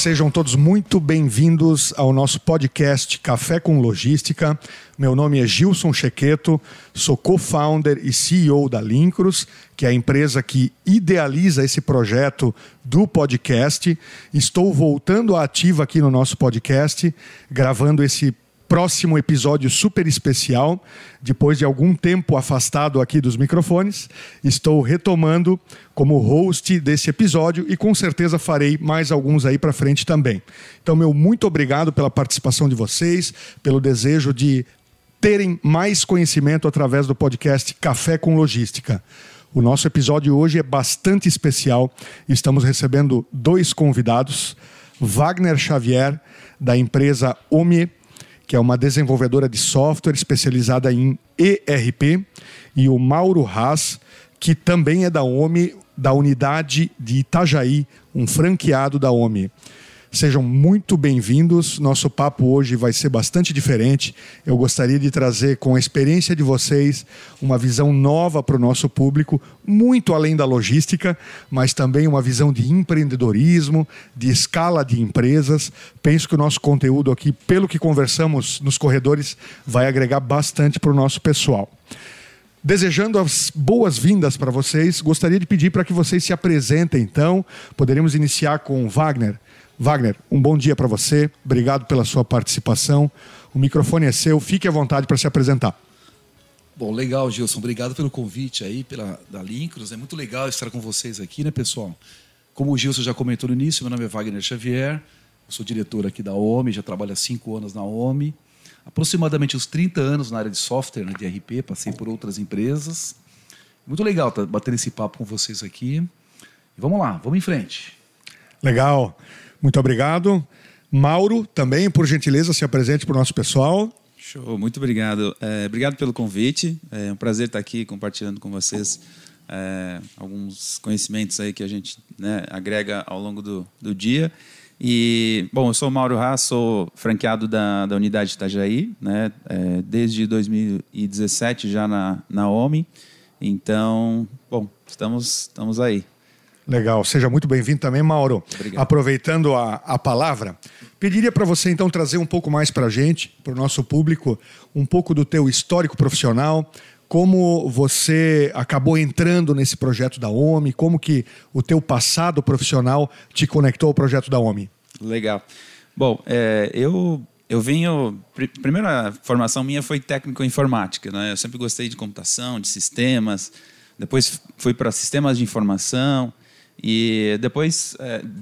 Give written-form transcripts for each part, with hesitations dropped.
Sejam todos muito bem-vindos ao nosso podcast Café com Logística. Meu nome é Gilson Chequeto, sou co-founder e CEO da Lincros, que é a empresa que idealiza esse projeto do podcast. Estou voltando à ativa aqui no nosso podcast, gravando esse próximo episódio super especial. Depois de algum tempo afastado aqui dos microfones, estou retomando como host desse episódio e com certeza farei mais alguns aí para frente também. Então, meu muito obrigado pela participação de vocês, pelo desejo de terem mais conhecimento através do podcast Café com Logística. O nosso episódio hoje é bastante especial. Estamos recebendo dois convidados, Wagner Xavier, da empresa Omie, que é uma desenvolvedora de software especializada em ERP, e o Mauro Haas, que também é da Omie, da unidade de Itajaí, um franqueado da Omie. Sejam muito bem-vindos. Nosso papo hoje vai ser bastante diferente. Eu gostaria de trazer, com a experiência de vocês, uma visão nova para o nosso público, muito além da logística, mas também uma visão de empreendedorismo, de escala de empresas. Penso que o nosso conteúdo aqui, pelo que conversamos nos corredores, vai agregar bastante para o nosso pessoal. Desejando as boas-vindas para vocês, gostaria de pedir para que vocês se apresentem, então. Poderíamos iniciar com Wagner. Wagner, um bom dia para você. Obrigado pela sua participação. O microfone é seu. Fique à vontade para se apresentar. Bom, legal, Gilson. Obrigado pelo convite aí, da Lincros. É muito legal estar com vocês aqui, né, pessoal? Como o Gilson já comentou no início, meu nome é Wagner Xavier. Eu sou diretor aqui da Omie, já trabalho há 5 anos na Omie. Aproximadamente uns 30 anos na área de software, né, de ERP. Passei por outras empresas. Muito legal estar batendo esse papo com vocês aqui. E vamos lá, vamos em frente. Legal. Muito obrigado. Mauro, também, por gentileza, se apresente para o nosso pessoal. Show, muito obrigado. Obrigado pelo convite. É um prazer estar aqui compartilhando com vocês alguns conhecimentos aí que a gente, né, agrega ao longo do dia. E, bom, eu sou o Mauro Haas, sou franqueado da unidade de Itajaí, né, desde 2017 já na Omie. Então, bom, estamos aí. Legal, seja muito bem-vindo também, Mauro. Obrigado. Aproveitando a palavra, pediria para você então trazer um pouco mais para a gente, para o nosso público, um pouco do teu histórico profissional, como você acabou entrando nesse projeto da Omie, como que o teu passado profissional te conectou ao projeto da Omie. Legal. Bom, eu venho... Primeira formação minha foi técnico em informática, né? Eu sempre gostei de computação, de sistemas, depois fui para sistemas de informação. E depois,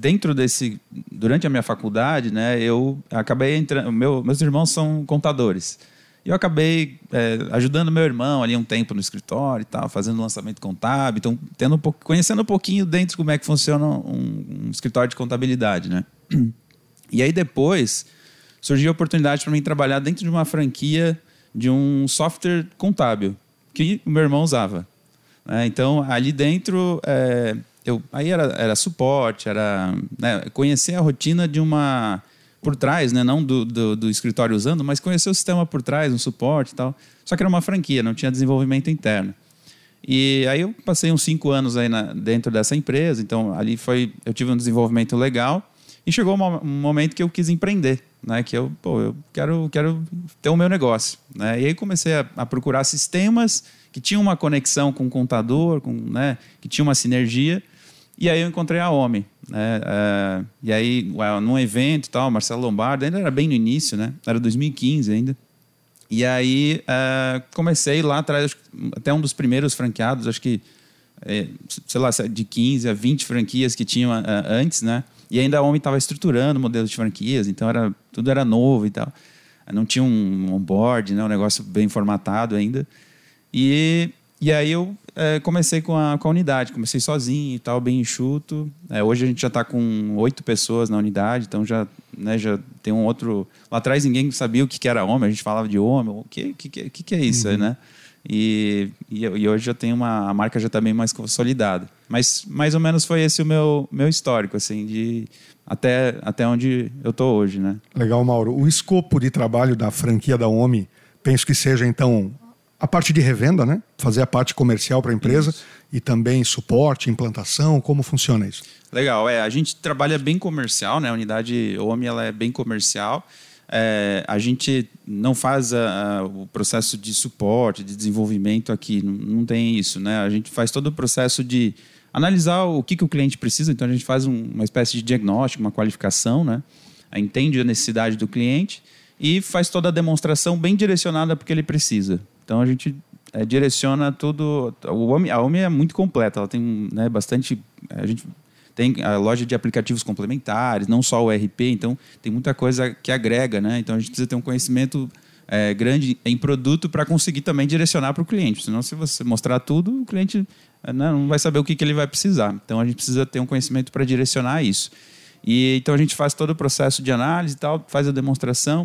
durante a minha faculdade, né, eu acabei entrando... Meus irmãos são contadores. E eu acabei ajudando meu irmão ali um tempo no escritório e tal, fazendo lançamento contábil. Então, conhecendo um pouquinho dentro de como é que funciona um escritório de contabilidade, né? E aí depois surgiu a oportunidade para mim trabalhar dentro de uma franquia de um software contábil que o meu irmão usava. Então, ali dentro... Aí era suporte, né, conhecer a rotina de uma... por trás, né, não do escritório usando, mas conhecer o sistema por trás, um suporte e tal. Só que era uma franquia, não tinha desenvolvimento interno. E aí eu passei uns 5 anos aí dentro dessa empresa, então ali eu tive um desenvolvimento legal e chegou um momento que eu quis empreender, né, que eu quero ter o meu negócio, né? E aí comecei a procurar sistemas que tinham uma conexão com o contador, né, que tinha uma sinergia. E aí eu encontrei a Omie, né? E aí, num evento e tal, Marcelo Lombardo, ainda era bem no início, né? Era 2015 ainda. E aí comecei lá atrás, até um dos primeiros franqueados, acho que, sei lá, de 15 a 20 franquias que tinham antes, né? E ainda a Omie estava estruturando o modelo de franquias, então tudo era novo e tal. Não tinha um onboard, né? Um negócio bem formatado ainda. E aí eu comecei com a unidade, comecei sozinho e tal, bem enxuto. Hoje a gente já está com 8 pessoas na unidade, então já tem um outro... Lá atrás ninguém sabia o que era Omie, a gente falava de Omie, o que é isso, né? E hoje já tem a marca já está bem mais consolidada. Mas mais ou menos foi esse o meu histórico, assim, até onde eu estou hoje, né? Legal, Mauro. O escopo de trabalho da franquia da Omie, penso que seja, então, a parte de revenda, né? Fazer a parte comercial para a empresa e também suporte, implantação, como funciona isso? Legal, a gente trabalha bem comercial, né? A unidade OMI ela é bem comercial. A gente não faz o processo de suporte, de desenvolvimento aqui, não tem isso, né? A gente faz todo o processo de analisar o que o cliente precisa, então a gente faz uma espécie de diagnóstico, uma qualificação, né? Entende a necessidade do cliente e faz toda a demonstração bem direcionada para o que ele precisa. Então a gente direciona tudo. A OMI é muito completa, ela tem, né, bastante. A gente tem a loja de aplicativos complementares, não só o ERP, então tem muita coisa que agrega, né? Então a gente precisa ter um conhecimento grande em produto para conseguir também direcionar para o cliente. Senão, se você mostrar tudo, o cliente não vai saber o que ele vai precisar. Então a gente precisa ter um conhecimento para direcionar isso. E então a gente faz todo o processo de análise e tal, faz a demonstração.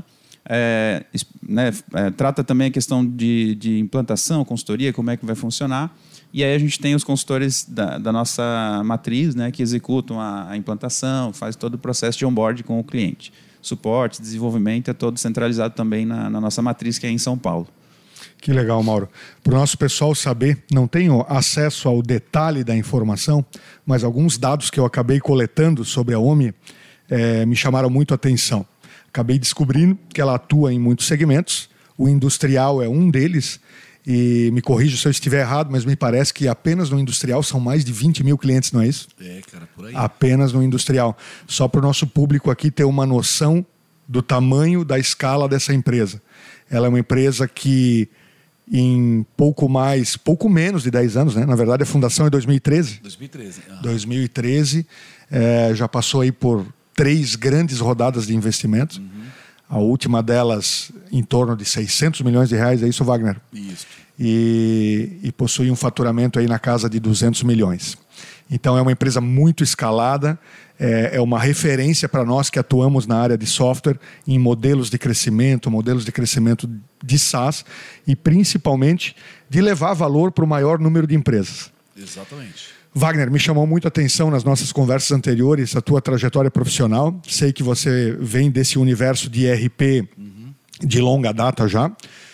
Trata também a questão de implantação, consultoria, como é que vai funcionar. E aí a gente tem os consultores da nossa matriz, né, que executam a implantação, faz todo o processo de onboard com o cliente. Suporte, desenvolvimento é todo centralizado também na nossa matriz, que é em São Paulo. Que legal, Mauro. Para o nosso pessoal saber, não tenho acesso ao detalhe da informação, mas alguns dados que eu acabei coletando sobre a OMI me chamaram muito a atenção. Acabei descobrindo que ela atua em muitos segmentos, o industrial é um deles, e me corrija se eu estiver errado, mas me parece que apenas no industrial são mais de 20 mil clientes, não é isso? Cara, por aí. Apenas no industrial. Só para o nosso público aqui ter uma noção do tamanho, da escala dessa empresa. Ela é uma empresa que em pouco menos de 10 anos, né? Na verdade a fundação é 2013. 2013, já passou aí por 3 grandes rodadas de investimentos. A última delas em torno de 600 milhões de reais, é isso, Wagner? Isso. E possui um faturamento aí na casa de 200 milhões. Então é uma empresa muito escalada, é uma referência para nós que atuamos na área de software, em modelos de crescimento de SaaS e principalmente de levar valor para o maior número de empresas. Exatamente. Wagner, me chamou muito a atenção nas nossas conversas anteriores a tua trajetória profissional. Sei que você vem desse universo de ERP de longa data já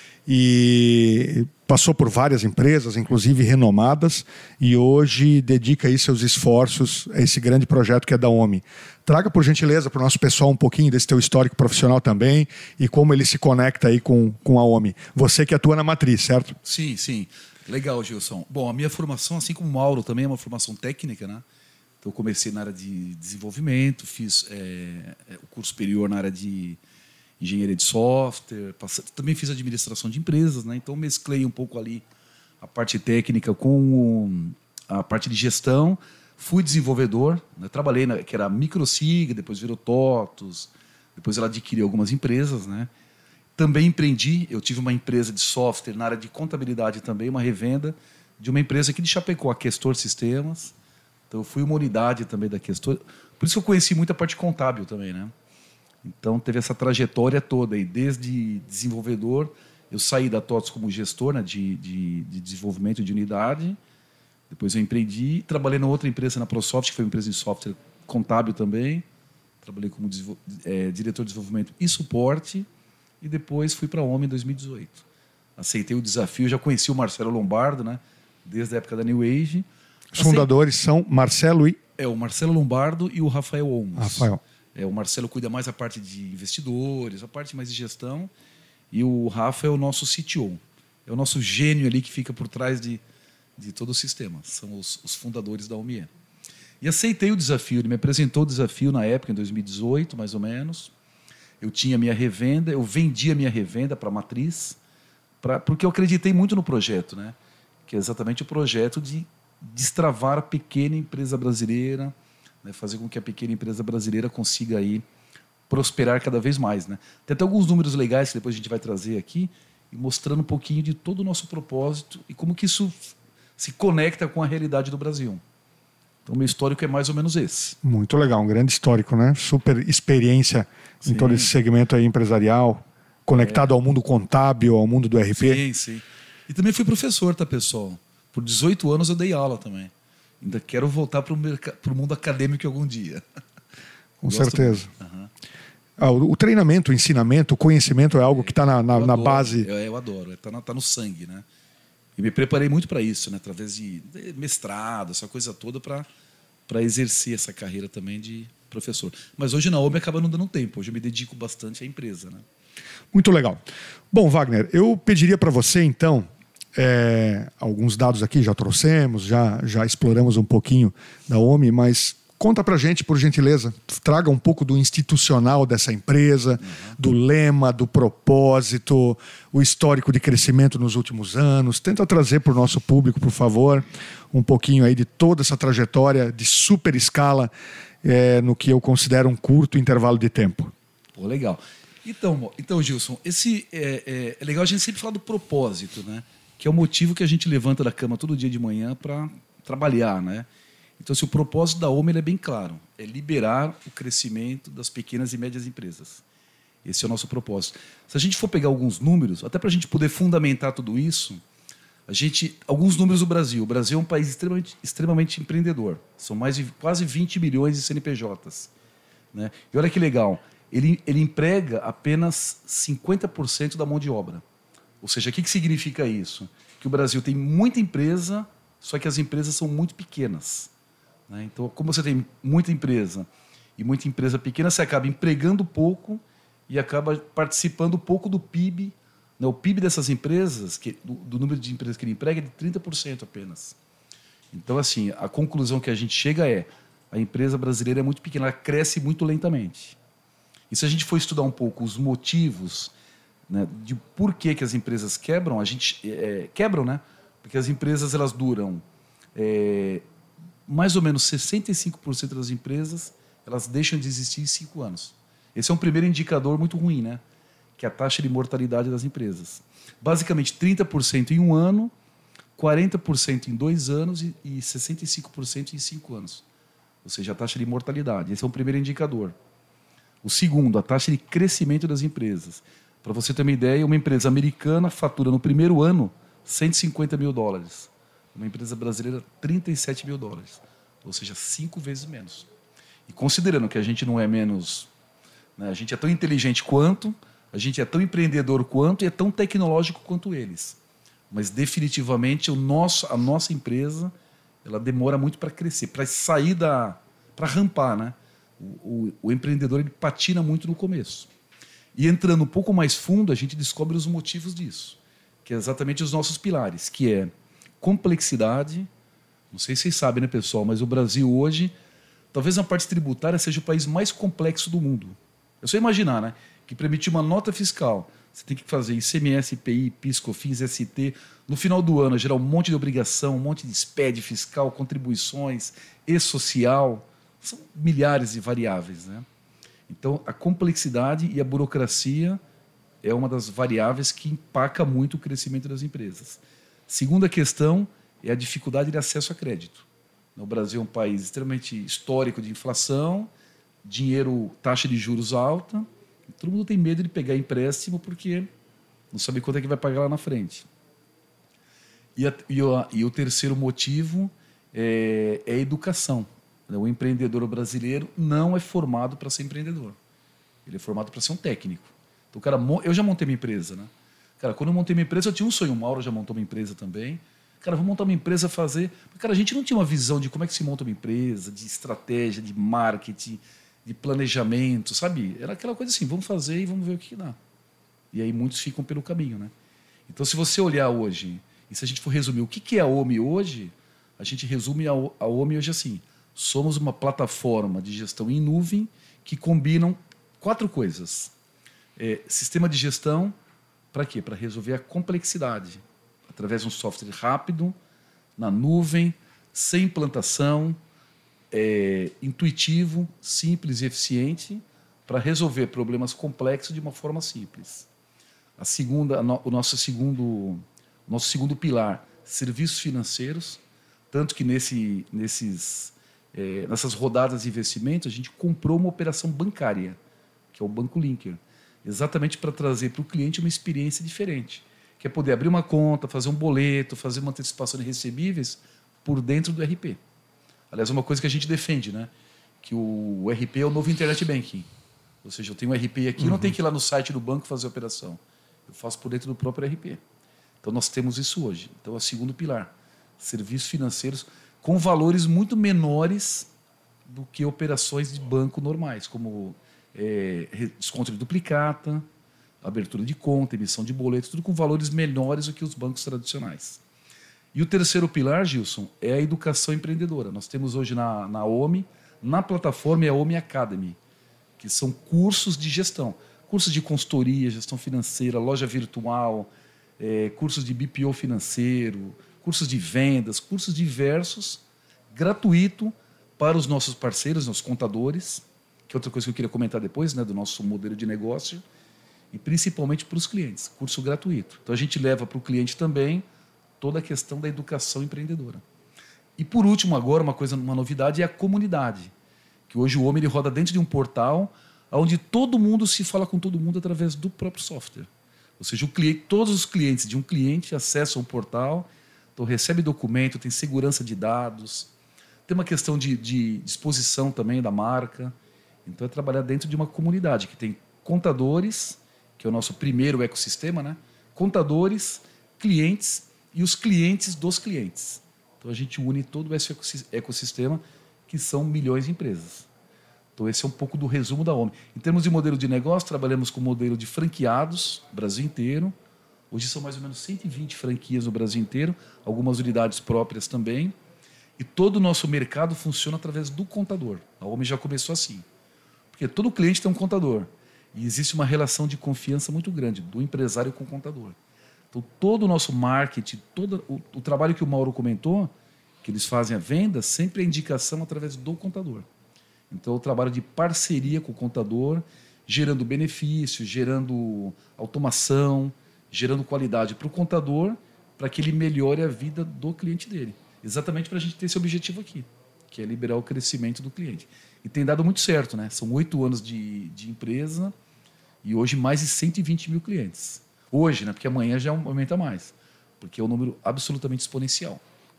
e passou por várias empresas, inclusive renomadas, e hoje dedica aí seus esforços a esse grande projeto que é da OMI. Traga, por gentileza, para o nosso pessoal um pouquinho desse teu histórico profissional também e como ele se conecta aí com a OMI. Você que atua na matriz, certo? Sim, sim. Legal, Gilson. Bom, a minha formação, assim como o Mauro, também é uma formação técnica, né? Então, eu comecei na área de desenvolvimento, fiz o curso superior na área de engenharia de software, também fiz administração de empresas, né? Então, mesclei um pouco ali a parte técnica com a parte de gestão. Fui desenvolvedor, né? Trabalhei que era Microsig, depois virou TOTUS, depois ela adquiriu algumas empresas, né? Também empreendi, eu tive uma empresa de software na área de contabilidade também, uma revenda de uma empresa aqui de Chapecó, a Questor Sistemas. Então eu fui uma unidade também da Questor. Por isso que eu conheci muito a parte contábil também, né? Então teve essa trajetória toda aí, desde desenvolvedor, eu saí da TOTUS como gestor, né, de desenvolvimento de unidade. Depois eu empreendi, trabalhei na outra empresa, na ProSoft, que foi uma empresa de software contábil também. Trabalhei como diretor de desenvolvimento e suporte. E depois fui para a OMI em 2018. Aceitei o desafio, já conheci o Marcelo Lombardo, né? Desde a época da New Age. Os fundadores são Marcelo e... o Marcelo Lombardo e o Rafael Olmos. Rafael. O Marcelo cuida mais da parte de investidores, a parte mais de gestão. E o Rafa é o nosso CTO. É o nosso gênio ali que fica por trás de todo o sistema. São os fundadores da OMI. E aceitei o desafio. Ele me apresentou o desafio na época, em 2018, mais ou menos. Eu tinha minha revenda, eu vendia minha revenda para a matriz, porque eu acreditei muito no projeto, né? Que é exatamente o projeto de destravar a pequena empresa brasileira, né? Fazer com que a pequena empresa brasileira consiga aí prosperar cada vez mais, né? Tem até alguns números legais que depois a gente vai trazer aqui, e mostrando um pouquinho de todo o nosso propósito e como que isso se conecta com a realidade do Brasil. Então, o meu histórico é mais ou menos esse. Muito legal, um grande histórico, né? Super experiência em todo esse segmento aí empresarial, conectado ao mundo contábil, ao mundo do ERP. Sim, sim. E também fui professor, tá, pessoal? Por 18 anos eu dei aula também. Ainda quero voltar para o mundo acadêmico algum dia. Com certeza. O treinamento, o ensinamento, o conhecimento é algo que está na base. Eu adoro, tá no sangue, né? E me preparei muito para isso, né? Através de mestrado, essa coisa toda, para exercer essa carreira também de professor. Mas hoje na OMI acaba não dando tempo. Hoje eu me dedico bastante à empresa, né? Muito legal. Bom, Wagner, eu pediria para você, então, alguns dados aqui já trouxemos, já exploramos um pouquinho da OMI, mas conta para a gente, por gentileza, traga um pouco do institucional dessa empresa, do lema, do propósito, o histórico de crescimento nos últimos anos. Tenta trazer para o nosso público, por favor, um pouquinho aí de toda essa trajetória de super escala no que eu considero um curto intervalo de tempo. Pô, legal. Então, Gilson, é legal a gente sempre falar do propósito, né? Que é o motivo que a gente levanta da cama todo dia de manhã para trabalhar, né? Então, o propósito da OMI é bem claro, é liberar o crescimento das pequenas e médias empresas. Esse é o nosso propósito. Se a gente for pegar alguns números, até para a gente poder fundamentar tudo isso, alguns números do Brasil. O Brasil é um país extremamente empreendedor. São quase 20 milhões de CNPJs. Né? E olha que legal, ele emprega apenas 50% da mão de obra. Ou seja, o que significa isso? Que o Brasil tem muita empresa, só que as empresas são muito pequenas. Então, como você tem muita empresa e muita empresa pequena, você acaba empregando pouco e acaba participando pouco do PIB. O PIB dessas empresas, do número de empresas que ele emprega, é de 30% apenas. Então, assim, a conclusão que a gente chega a empresa brasileira é muito pequena, ela cresce muito lentamente. E se a gente for estudar um pouco os motivos, né, de por que as empresas quebram, quebram, né? Porque as empresas elas duram... mais ou menos 65% das empresas elas deixam de existir em 5 anos. Esse é um primeiro indicador muito ruim, né? Que é a taxa de mortalidade das empresas. Basicamente, 30% em 1 ano, 40% em 2 anos e 65% em 5 anos. Ou seja, a taxa de mortalidade. Esse é o primeiro indicador. O segundo, a taxa de crescimento das empresas. Para você ter uma ideia, uma empresa americana fatura no primeiro ano $150 mil. Uma empresa brasileira, $37 mil. Ou seja, 5 vezes menos. E considerando que a gente não é menos... Né, a gente é tão inteligente quanto, a gente é tão empreendedor quanto e é tão tecnológico quanto eles. Mas, definitivamente, a nossa empresa ela demora muito para crescer, para sair para rampar. Né? O empreendedor ele patina muito no começo. E entrando um pouco mais fundo, a gente descobre os motivos disso, que é exatamente os nossos pilares, que é complexidade. Não sei se vocês sabem, né, pessoal, mas o Brasil hoje, talvez na parte tributária, seja o país mais complexo do mundo. É só imaginar, né, que para emitir uma nota fiscal, você tem que fazer ICMS, IPI, PIS, COFINS, ST. No final do ano, gerar um monte de obrigação, um monte de SPED fiscal, contribuições, e-social. São milhares de variáveis, né? Então, a complexidade e a burocracia é uma das variáveis que empaca muito o crescimento das empresas. Segunda questão é a dificuldade de acesso a crédito. O Brasil é um país extremamente histórico de inflação, taxa de juros alta, todo mundo tem medo de pegar empréstimo porque não sabe quanto é que vai pagar lá na frente. E o terceiro motivo é a educação. O empreendedor brasileiro não é formado para ser empreendedor. Ele é formado para ser um técnico. Então, cara, eu já montei minha empresa, né? Cara, quando eu montei minha empresa, eu tinha um sonho. O Mauro já montou uma empresa também. Cara, vou montar uma empresa, fazer... Cara, a gente não tinha uma visão de como é que se monta uma empresa, de estratégia, de marketing, de planejamento, sabe? Era aquela coisa assim, vamos fazer e vamos ver o que dá. E aí muitos ficam pelo caminho, né? Então, se você olhar hoje, e se a gente for resumir o que é a OMI hoje, a gente resume a OMI hoje assim: somos uma plataforma de gestão em nuvem que combinam 4 coisas. Sistema de gestão, para quê? Para resolver a complexidade, através de um software rápido, na nuvem, sem implantação, intuitivo, simples e eficiente, para resolver problemas complexos de uma forma simples. O nosso segundo pilar, serviços financeiros, tanto que nessas rodadas de investimento, a gente comprou uma operação bancária, que é o Banco Linker, exatamente para trazer para o cliente uma experiência diferente, que é poder abrir uma conta, fazer um boleto, fazer uma antecipação de recebíveis por dentro do RP. Aliás, é uma coisa que a gente defende, né? Que o RP é o novo Internet Banking. Ou seja, eu tenho um RP aqui, eu não tenho que ir lá no site do banco fazer a operação. Eu faço por dentro do próprio RP. Então, nós temos isso hoje. Então, é o segundo pilar. Serviços financeiros com valores muito menores do que operações de banco normais, como desconto de duplicata, abertura de conta, emissão de boletos, tudo com valores menores do que os bancos tradicionais. E o terceiro pilar, Gilson, é a educação empreendedora. Nós temos hoje na OMI, na plataforma, é a OMI Academy, que são cursos de gestão. Cursos de consultoria, gestão financeira, loja virtual, cursos de BPO financeiro, cursos de vendas, cursos diversos, gratuito para os nossos parceiros, nossos contadores, que é outra coisa que eu queria comentar depois, né, do nosso modelo de negócio, e principalmente para os clientes, curso gratuito. Então, a gente leva para o cliente também toda a questão da educação empreendedora. E, por último, agora, uma novidade é a comunidade, que hoje o Homem ele roda dentro de um portal onde todo mundo se fala com todo mundo através do próprio software. Ou seja, todos os clientes de um cliente acessam o portal, então recebe documento, tem segurança de dados, tem uma questão de disposição também da marca. Então, é trabalhar dentro de uma comunidade que tem contadores, que é o nosso primeiro ecossistema, né? Contadores, clientes e os clientes dos clientes. Então, a gente une todo esse ecossistema, que são milhões de empresas. Então, esse é um pouco do resumo da OMI. Em termos de modelo de negócio, trabalhamos com o modelo de franqueados, Brasil inteiro. Hoje são mais ou menos 120 franquias no Brasil inteiro, algumas unidades próprias também. E todo o nosso mercado funciona através do contador. A OMI já começou assim. Porque todo cliente tem um contador. E existe uma relação de confiança muito grande do empresário com o contador. Então, todo o nosso marketing, todo o trabalho que o Mauro comentou, que eles fazem a venda, sempre é indicação através do contador. Então, o trabalho de parceria com o contador, gerando benefícios, gerando automação, gerando qualidade para o contador, para que ele melhore a vida do cliente dele. Exatamente para a gente ter esse objetivo aqui, que é liberar o crescimento do cliente. E tem dado muito certo, né? São 8 anos de empresa e hoje mais de 120 mil clientes. Hoje, né? Porque amanhã já aumenta mais, porque é um número absolutamente exponencial.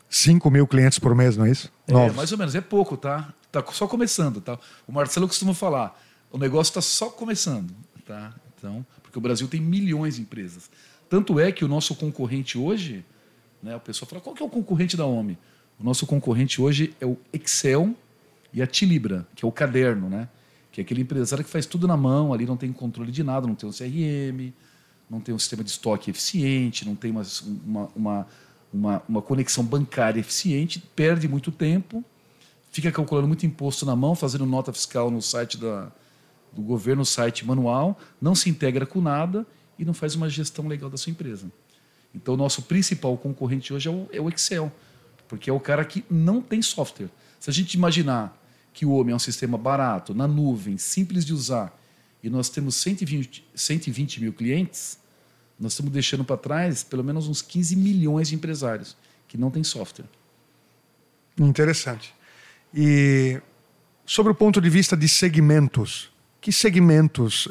5 mil clientes por mês, não é isso? Mais ou menos, é pouco, tá? Tá só começando, tá? O Marcelo costuma falar, o negócio está só começando, tá? Então, porque o Brasil tem milhões de empresas. Tanto é que o nosso concorrente hoje, né? O pessoal fala, qual que é o concorrente da OMI? O nosso concorrente hoje é o Excel e a Tilibra, que é o caderno, né? Que é aquele empresário que faz tudo na mão, ali não tem controle de nada, não tem um CRM, não tem um sistema de estoque eficiente, não tem uma conexão bancária eficiente, perde muito tempo, fica calculando muito imposto na mão, fazendo nota fiscal no site do governo, site manual, não se integra com nada e não faz uma gestão legal da sua empresa. Então, o nosso principal concorrente hoje é o Excel, porque é o cara que não tem software. Se a gente imaginar que o Homem é um sistema barato, na nuvem, simples de usar, e nós temos 120 mil clientes, nós estamos deixando para trás pelo menos uns 15 milhões de empresários que não têm software. Interessante. E sobre o ponto de vista de segmentos, que segmentos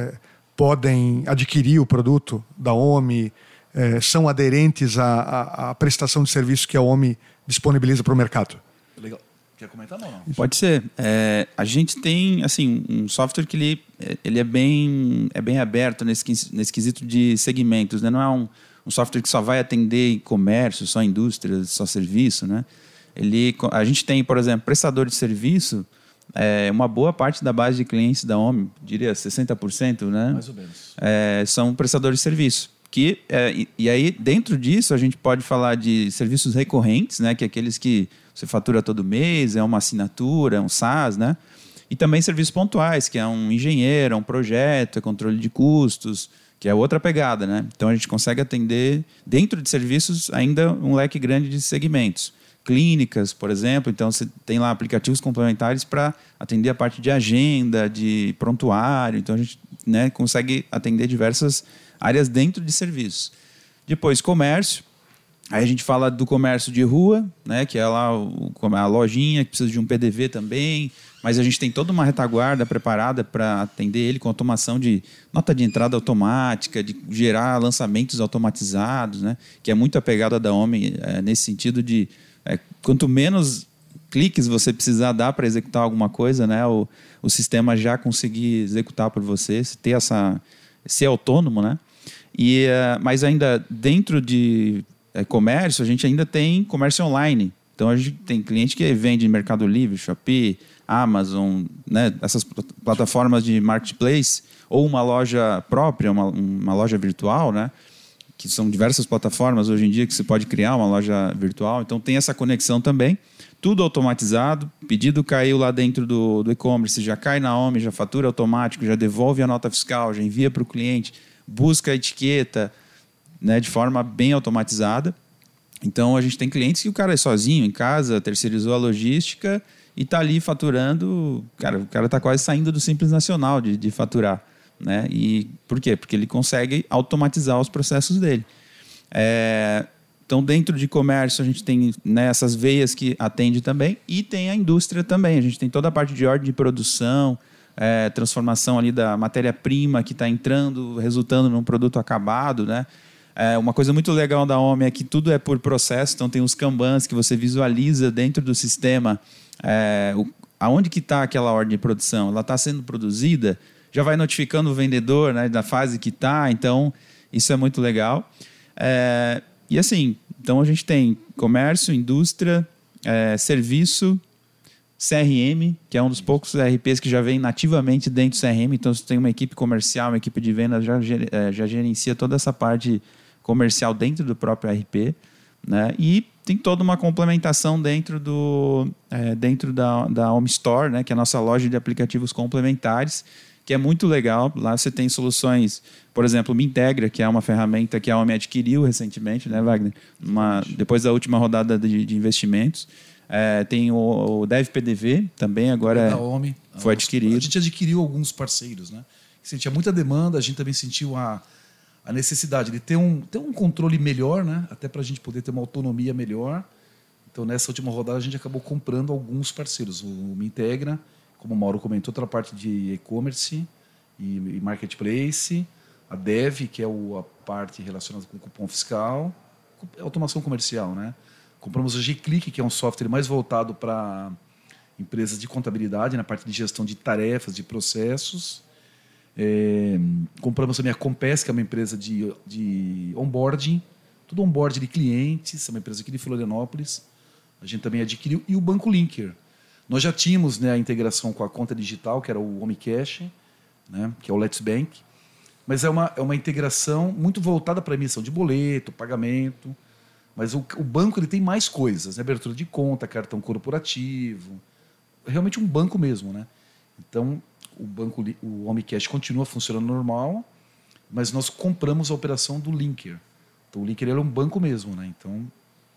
podem adquirir o produto da OMI, são aderentes à prestação de serviços que a OMI disponibiliza para o mercado? Legal. Quer comentar, não? Pode ser. A gente tem assim, um software que ele é bem aberto nesse quesito de segmentos, né? Não é um software que só vai atender comércio, só indústria, só serviço, né? A gente tem, por exemplo, prestador de serviço, uma boa parte da base de clientes da OMI, diria 60%, né? Mais ou menos. São prestadores de serviço. E aí, dentro disso, a gente pode falar de serviços recorrentes, né? Que é aqueles que você fatura todo mês, é uma assinatura, é um SaaS, né? E também serviços pontuais, que é um engenheiro, é um projeto, é controle de custos, que é outra pegada, né? Então, a gente consegue atender, dentro de serviços, ainda um leque grande de segmentos. Clínicas, por exemplo, então você tem lá aplicativos complementares para atender a parte de agenda, de prontuário. Então, a gente, né, consegue atender diversas áreas dentro de serviços. Depois, comércio. Aí a gente fala do comércio de rua, né, que é lá a lojinha que precisa de um PDV também, mas a gente tem toda uma retaguarda preparada para atender ele com automação de nota de entrada automática, de gerar lançamentos automatizados, né, que é muito a pegada da OMI nesse sentido de quanto menos cliques você precisar dar para executar alguma coisa, né? O sistema já conseguir executar por você, ser autônomo, né? Mas ainda dentro de comércio, a gente ainda tem comércio online. Então, a gente tem cliente que vende Mercado Livre, Shopee, Amazon, né? Essas plataformas de marketplace, ou uma loja própria, uma loja virtual, né? Que são diversas plataformas hoje em dia que você pode criar uma loja virtual. Então, tem essa conexão também. Tudo automatizado. Pedido caiu lá dentro do e-commerce, já cai na OMI, já fatura automático, já devolve a nota fiscal, já envia para o cliente, busca a etiqueta, né, de forma bem automatizada. Então, a gente tem clientes que o cara é sozinho em casa, terceirizou a logística e está ali faturando. Cara, o cara está quase saindo do Simples Nacional de faturar. Né? E por quê? Porque ele consegue automatizar os processos dele. Então, dentro de comércio, a gente tem, né, essas veias que atende também, e tem a indústria também. A gente tem toda a parte de ordem de produção, transformação ali da matéria-prima que está entrando, resultando num produto acabado, né? Uma coisa muito legal da OMI é que tudo é por processo. Então, tem os Kanbans que você visualiza dentro do sistema aonde que está aquela ordem de produção. Ela está sendo produzida, já vai notificando o vendedor, né, da fase que está. Então, isso é muito legal. E assim, então a gente tem comércio, indústria, serviço, CRM, que é um dos poucos ERPs que já vem nativamente dentro do CRM. Então, você tem uma equipe comercial, uma equipe de vendas, já gerencia toda essa parte comercial dentro do próprio ERP. Né? E tem toda uma complementação dentro da Home Store, né, que é a nossa loja de aplicativos complementares, que é muito legal. Lá você tem soluções, por exemplo, o Mintegra, que é uma ferramenta que a OMI adquiriu recentemente, né, Wagner? Depois da última rodada de investimentos. Tem o DevPDV, também agora da OMI, foi adquirido. A gente adquiriu alguns parceiros, né? Sentia muita demanda, a gente também sentiu a necessidade de ter um controle melhor, né? Até para a gente poder ter uma autonomia melhor. Então, nessa última rodada, a gente acabou comprando alguns parceiros. O Mintegra, como o Mauro comentou, toda a parte de e-commerce e marketplace, a Dev, que é a parte relacionada com cupom fiscal, automação comercial, né? Compramos o G-Click, que é um software mais voltado para empresas de contabilidade, na parte de gestão de tarefas, de processos. Compramos também a Compass, que é uma empresa de onboarding, tudo onboarding de clientes, é uma empresa aqui de Florianópolis. A gente também adquiriu. E o Banco Linker. Nós já tínhamos, né, a integração com a conta digital, que era o OmiCash, né, que é o Let's Bank, mas é uma integração muito voltada para a emissão de boleto, pagamento. Mas o banco ele tem mais coisas, né? Abertura de conta, cartão corporativo, realmente um banco mesmo, né? Então, o OmiCash continua funcionando normal, mas nós compramos a operação do Linker. Então, o Linker ele é um banco mesmo, né? Então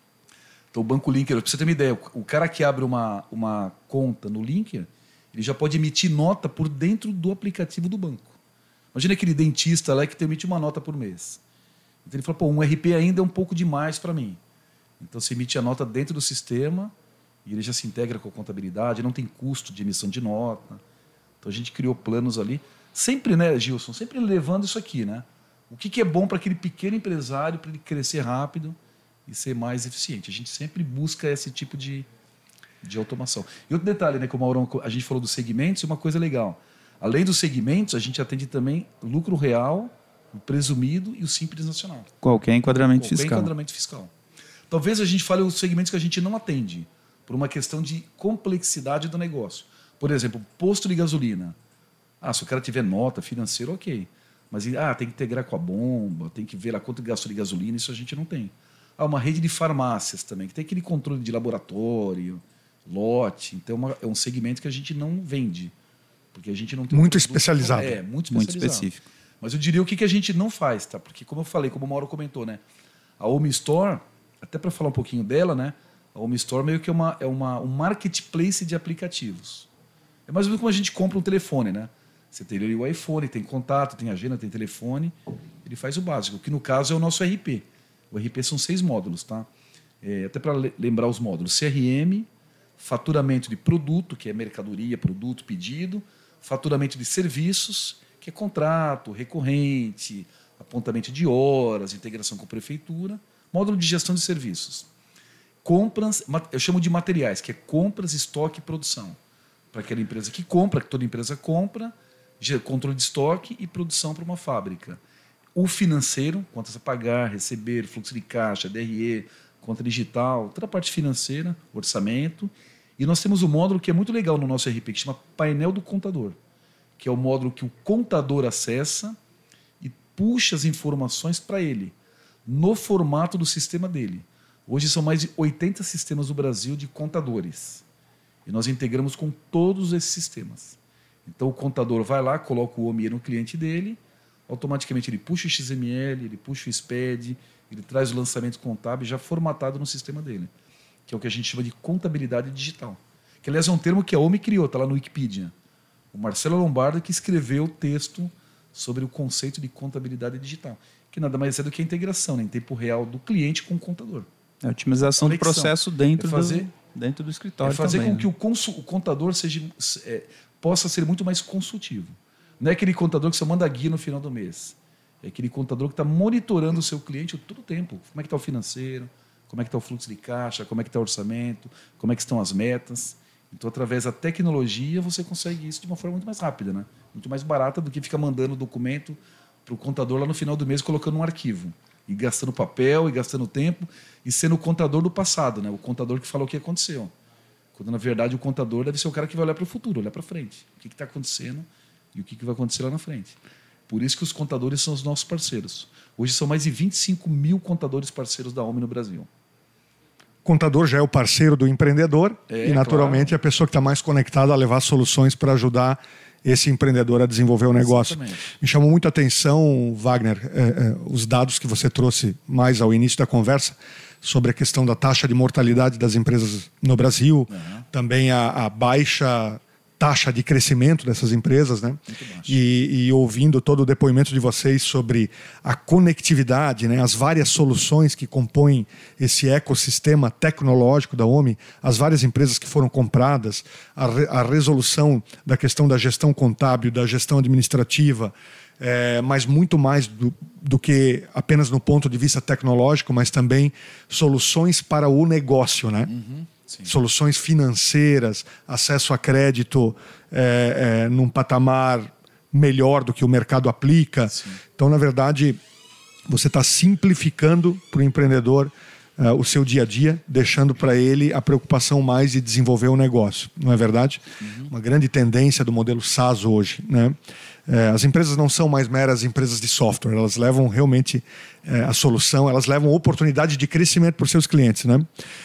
o Banco Linker, para você ter uma ideia, o cara que abre uma conta no Linker, ele já pode emitir nota por dentro do aplicativo do banco. Imagina aquele dentista lá que emite uma nota por mês. Então ele falou, um RP ainda é um pouco demais para mim. Então você emite a nota dentro do sistema e ele já se integra com a contabilidade, não tem custo de emissão de nota. Então a gente criou planos ali, sempre, né, Gilson, sempre levando isso aqui, né? O que é bom para aquele pequeno empresário, para ele crescer rápido e ser mais eficiente. A gente sempre busca esse tipo de automação. E outro detalhe, né, como a gente falou dos segmentos, uma coisa legal. Além dos segmentos, a gente atende também lucro real, o presumido e o Simples Nacional. Qualquer enquadramento fiscal. Talvez a gente fale os segmentos que a gente não atende, por uma questão de complexidade do negócio. Por exemplo, posto de gasolina. Se o cara tiver nota financeira, ok. Mas tem que integrar com a bomba, tem que ver a quanto gastou de gasolina, isso a gente não tem. Uma rede de farmácias também, que tem aquele controle de laboratório, lote. Então é um segmento que a gente não vende. Porque a gente não tem muito especializado. Muito específico. Mas eu diria o que a gente não faz, tá? Porque, como eu falei, como o Mauro comentou, né? A Home Store, até para falar um pouquinho dela, né? A Home Store meio que é um marketplace de aplicativos. É mais ou menos como a gente compra um telefone, né? Você tem ali o iPhone, tem contato, tem agenda, tem telefone. Ele faz o básico, que no caso é o nosso RP. O RP são 6 módulos, tá? Até para lembrar os módulos. CRM, faturamento de produto, que é mercadoria, produto, pedido. Faturamento de serviços, que é contrato, recorrente, apontamento de horas, integração com a prefeitura, módulo de gestão de serviços. compras, eu chamo de materiais, que é compras, estoque e produção. Para aquela empresa que compra, que toda empresa compra, controle de estoque e produção para uma fábrica. O financeiro, contas a pagar, receber, fluxo de caixa, DRE, conta digital, toda a parte financeira, orçamento. E nós temos um módulo que é muito legal no nosso RP, que chama Painel do Contador, que é o módulo que o contador acessa e puxa as informações para ele, no formato do sistema dele. Hoje são mais de 80 sistemas do Brasil de contadores. E nós integramos com todos esses sistemas. Então o contador vai lá, coloca o OMI no cliente dele, automaticamente ele puxa o XML, ele puxa o SPED, ele traz o lançamento contábil já formatado no sistema dele, que é o que a gente chama de contabilidade digital. Que, aliás, é um termo que a OMI criou, está lá no Wikipedia. O Marcelo Lombardo que escreveu o texto sobre o conceito de contabilidade digital, que nada mais é do que a integração, né, em tempo real do cliente com o contador. A otimização do processo dentro do escritório. É fazer também, com que o contador possa ser muito mais consultivo. Não é aquele contador que só manda guia no final do mês. É aquele contador que está monitorando o seu cliente todo o tempo. Como é que está o financeiro, como é que está o fluxo de caixa, como é que está o orçamento, como é que estão as metas. Então, através da tecnologia, você consegue isso de uma forma muito mais rápida, né? Muito mais barata do que ficar mandando documento para o contador lá no final do mês, colocando um arquivo. E gastando papel, e gastando tempo, e sendo o contador do passado, né? O contador que falou o que aconteceu. Quando, na verdade, o contador deve ser o cara que vai olhar para o futuro, olhar para frente. O que está acontecendo e o que vai acontecer lá na frente. Por isso que os contadores são os nossos parceiros. Hoje são mais de 25 mil contadores parceiros da OMI no Brasil. O contador já é o parceiro do empreendedor e, naturalmente, claro, é a pessoa que está mais conectada a levar soluções para ajudar esse empreendedor a desenvolver o negócio. Exatamente. Me chamou muito a atenção, Wagner, os dados que você trouxe mais ao início da conversa sobre a questão da taxa de mortalidade das empresas no Brasil, também a baixa taxa de crescimento dessas empresas, né? E ouvindo todo o depoimento de vocês sobre a conectividade, né? As várias soluções que compõem esse ecossistema tecnológico da OMI, as várias empresas que foram compradas, a resolução da questão da gestão contábil, da gestão administrativa, mas muito mais do que apenas no ponto de vista tecnológico, mas também soluções para o negócio, né? Sim. Soluções financeiras, acesso a crédito num patamar melhor do que o mercado aplica. Sim. Então, na verdade, você está simplificando para o empreendedor o seu dia a dia, deixando para ele a preocupação mais de desenvolver o negócio. Não é verdade? Uma grande tendência do modelo SaaS hoje, né? As empresas não são mais meras empresas de software, elas levam realmente a solução, elas levam oportunidade de crescimento para os seus clientes, né?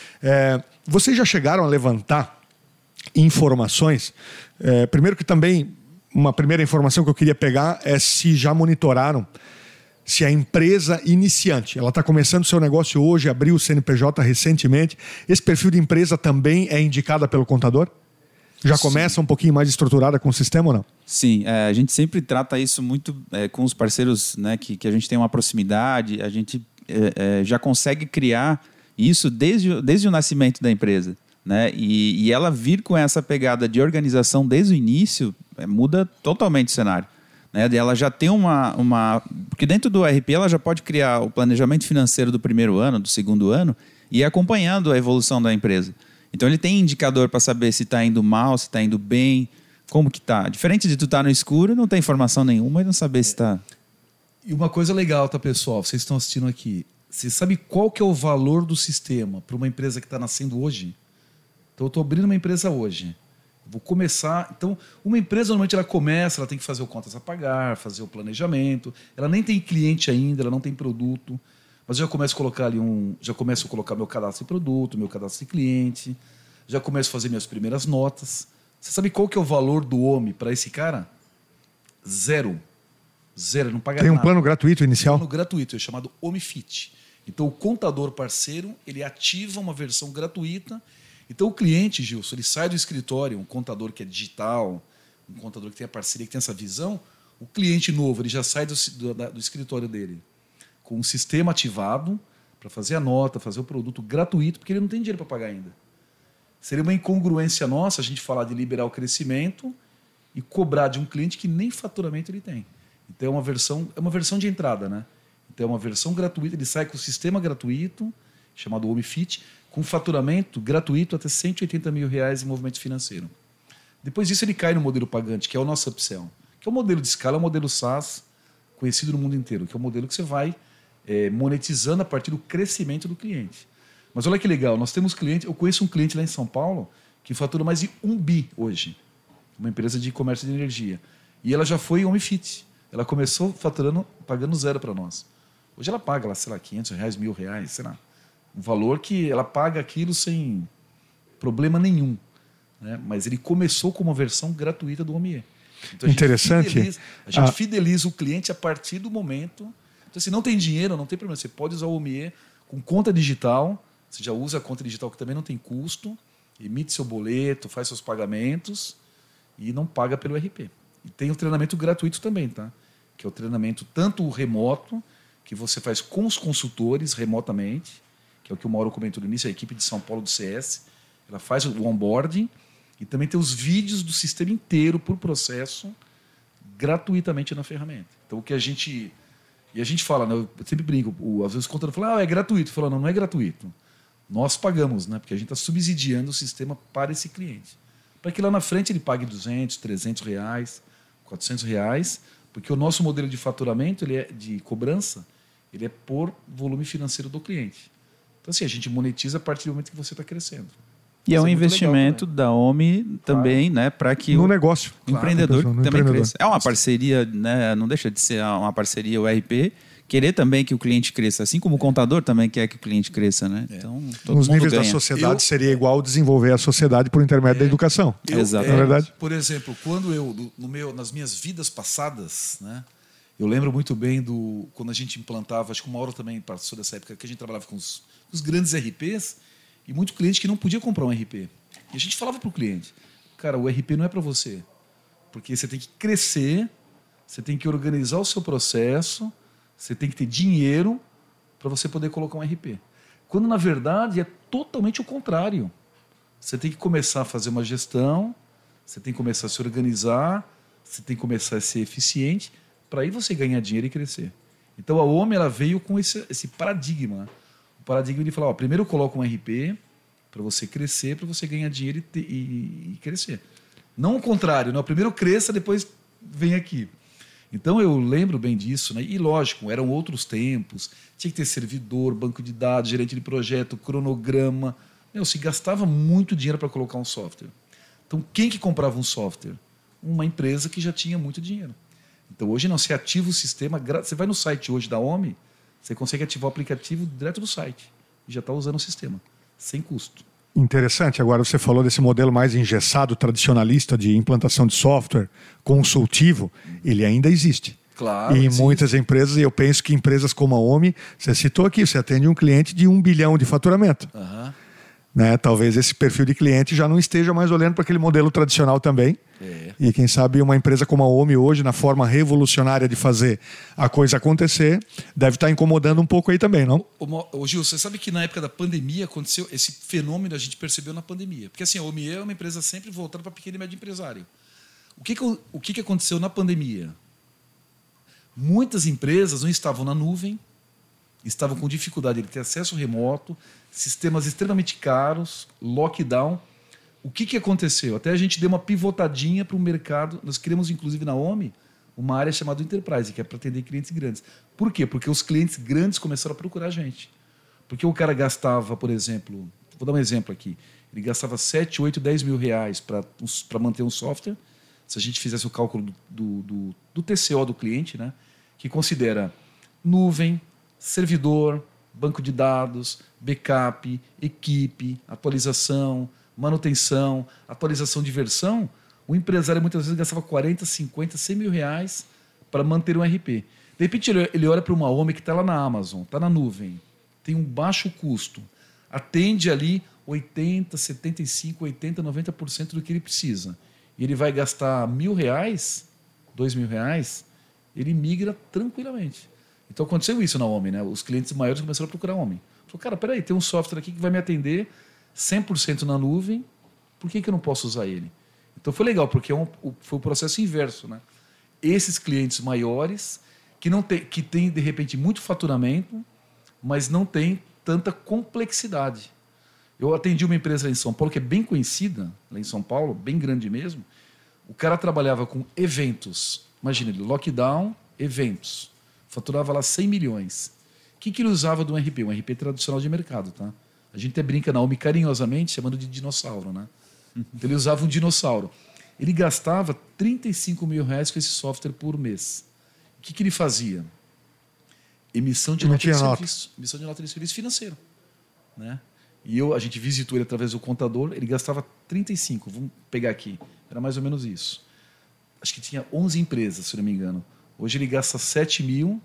Vocês já chegaram a levantar informações? Primeiro que também, uma primeira informação que eu queria pegar é se já monitoraram se a empresa iniciante, ela está começando o seu negócio hoje, abriu o CNPJ recentemente, esse perfil de empresa também é indicada pelo contador? Já começa um pouquinho mais estruturada com o sistema ou não? Sim, a gente sempre trata isso muito com os parceiros, né, que a gente tem uma proximidade, a gente já consegue criar isso desde o nascimento da empresa, né? E ela vir com essa pegada de organização desde o início muda totalmente o cenário, né? Ela já tem porque dentro do ERP ela já pode criar o planejamento financeiro do primeiro ano, do segundo ano e ir acompanhando a evolução da empresa. Então ele tem indicador para saber se está indo mal, se está indo bem, como que está. Diferente de tu estar no escuro, não tem informação nenhuma e não saber se está... E uma coisa legal, tá, pessoal? Vocês estão assistindo aqui. Você sabe qual que é o valor do sistema para uma empresa que está nascendo hoje? Então, eu estou abrindo uma empresa hoje. Vou começar... Então, uma empresa, normalmente, ela começa, ela tem que fazer o contas a pagar, fazer o planejamento. Ela nem tem cliente ainda, ela não tem produto. Mas eu já começo a colocar ali já começo a colocar meu cadastro de produto, meu cadastro de cliente. Já começo a fazer minhas primeiras notas. Você sabe qual que é o valor do OMI para esse cara? Zero, não paga nada. Tem um plano gratuito inicial? Plano gratuito, é chamado OMIFIT. Então, o contador parceiro, ele ativa uma versão gratuita. Então, o cliente, Gilson, ele sai do escritório, um contador que é digital, um contador que tem a parceria, que tem essa visão, o cliente novo, ele já sai do escritório dele com um sistema ativado para fazer a nota, fazer o produto gratuito, porque ele não tem dinheiro para pagar ainda. Seria uma incongruência nossa a gente falar de liberar o crescimento e cobrar de um cliente que nem faturamento ele tem. Então, é uma versão de entrada, né? Então, é uma versão gratuita, ele sai com o sistema gratuito chamado OmiFit, com faturamento gratuito até R$180 mil em movimento financeiro. Depois disso, ele cai no modelo pagante, que é o nosso upsell, que é o modelo de escala, é o modelo SaaS, conhecido no mundo inteiro, que é o modelo que você vai monetizando a partir do crescimento do cliente. Mas olha que legal, nós temos cliente, eu conheço um cliente lá em São Paulo que fatura mais de 1 bi hoje, uma empresa de comércio de energia. E ela já foi OmiFit. Ela começou faturando, pagando zero para nós. Hoje ela paga lá, sei lá, R$500, R$1.000, sei lá. Um valor que ela paga aquilo sem problema nenhum. Né? Mas ele começou com uma versão gratuita do Omie. Então, interessante. A gente fideliza o cliente a partir do momento. Então, se não tem dinheiro, não tem problema. Você pode usar o Omie com conta digital. Você já usa a conta digital, que também não tem custo. Emite seu boleto, faz seus pagamentos e não paga pelo RP. E tem o treinamento gratuito também, tá? Que é o treinamento tanto remoto, que você faz com os consultores remotamente, que é o que o Mauro comentou no início, a equipe de São Paulo do CS. Ela faz o onboarding e também tem os vídeos do sistema inteiro por processo gratuitamente na ferramenta. Então, o que a gente... E a gente fala, né? Eu sempre brinco, às vezes o contador fala, é gratuito. Eu falo, não é gratuito. Nós pagamos, né? Porque a gente está subsidiando o sistema para esse cliente. Para que lá na frente ele pague R$200, R$300, R$400, porque o nosso modelo de faturamento, ele é de cobrança, ele é por volume financeiro do cliente. Então, assim, a gente monetiza a partir do momento que você está crescendo. E é um investimento da OMI também, né, para que no negócio, o empreendedor também cresça. É uma parceria, né, não deixa de ser uma parceria o RP, querer também que o cliente cresça, assim como o contador também quer que o cliente cresça, né? Então, todo nos mundo níveis ganha. da sociedade seria igual desenvolver a sociedade por intermédio da educação. Exato. Não é verdade? Por exemplo, quando nas minhas vidas passadas, né, eu lembro muito bem quando a gente implantava, acho que o Mauro também passou dessa época, que a gente trabalhava com os grandes RPs, e muito cliente que não podia comprar um RP. E a gente falava para o cliente, cara, o RP não é para você, porque você tem que crescer, você tem que organizar o seu processo, você tem que ter dinheiro para você poder colocar um RP. Quando, na verdade, é totalmente o contrário. Você tem que começar a fazer uma gestão, você tem que começar a se organizar, você tem que começar a ser eficiente, para aí você ganhar dinheiro e crescer. Então, a OMI ela veio com esse paradigma. O paradigma de falar, primeiro eu coloco um RP para você crescer, para você ganhar dinheiro e crescer. Não o contrário, né? Primeiro cresça, depois vem aqui. Então, eu lembro bem disso, né? E, lógico, eram outros tempos. Tinha que ter servidor, banco de dados, gerente de projeto, cronograma. Se gastava muito dinheiro para colocar um software. Então, quem que comprava um software? Uma empresa que já tinha muito dinheiro. Então, hoje não, você ativa o sistema. Você vai no site hoje da OMI, você consegue ativar o aplicativo direto do site. E já está usando o sistema, sem custo. Interessante. Agora, você falou desse modelo mais engessado, tradicionalista de implantação de software, consultivo. Ele ainda existe. Claro. E em muitas empresas, e eu penso que empresas como a OMI, você citou aqui, você atende um cliente de 1 bilhão de faturamento. Uhum. Né? Talvez esse perfil de cliente já não esteja mais olhando para aquele modelo tradicional também. E quem sabe uma empresa como a OMI hoje, na forma revolucionária de fazer a coisa acontecer, deve estar incomodando um pouco aí também, não? Ô Gil, você sabe que na época da pandemia aconteceu esse fenômeno, a gente percebeu na pandemia. Porque assim, a OMI é uma empresa sempre voltada para pequeno e médio empresário. O que aconteceu na pandemia? Muitas empresas não estavam na nuvem, estavam com dificuldade de ter acesso remoto, sistemas extremamente caros, lockdown. O que aconteceu? Até a gente deu uma pivotadinha para o mercado. Nós criamos, inclusive, na OMI, uma área chamada Enterprise, que é para atender clientes grandes. Por quê? Porque os clientes grandes começaram a procurar a gente. Porque o cara gastava, por exemplo, vou dar um exemplo aqui, ele gastava 7, 8, 10 mil reais para manter um software. Se a gente fizesse o cálculo do TCO do cliente, né, que considera nuvem, servidor, banco de dados, backup, equipe, atualização, manutenção, atualização de versão, o empresário muitas vezes gastava 40, 50, 100 mil reais para manter um RP. De repente ele olha para uma OMI que está lá na Amazon, está na nuvem, tem um baixo custo, atende ali 80, 75, 80, 90% do que ele precisa. E ele vai gastar R$1.000, R$2.000, ele migra tranquilamente. Então aconteceu isso na OMI, né? Os clientes maiores começaram a procurar a OMI. Falou, cara, peraí, tem um software aqui que vai me atender 100% na nuvem, por que eu não posso usar ele? Então foi legal, porque foi o processo inverso, né? Esses clientes maiores que têm, de repente, muito faturamento, mas não têm tanta complexidade. Eu atendi uma empresa em São Paulo que é bem conhecida, lá em São Paulo, bem grande mesmo. O cara trabalhava com eventos. Imagina, ele lockdown, eventos. Faturava lá 100 milhões. O que ele usava do RP? Um RP tradicional de mercado, tá? A gente até brinca na OMI carinhosamente chamando de dinossauro, né? Então ele usava um dinossauro. Ele gastava 35 mil reais com esse software por mês. O que ele fazia? Emissão de nota de serviço. Emissão de nota de serviço financeiro. Né? E a gente visitou ele através do contador, ele gastava 35, vamos pegar aqui, era mais ou menos isso. Acho que tinha 11 empresas, se não me engano. Hoje ele gasta 7 mil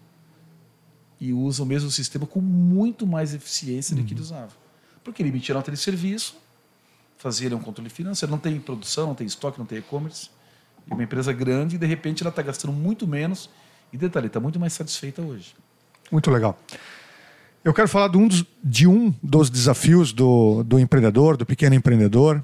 e usa o mesmo sistema com muito mais eficiência do que ele usava. Porque ele emitia nota de serviço, fazia um controle financeiro, não tem produção, não tem estoque, não tem e-commerce. E uma empresa grande e de repente ela está gastando muito menos e detalhe, está muito mais satisfeita hoje. Muito legal. Eu quero falar de um dos desafios do empreendedor, do pequeno empreendedor,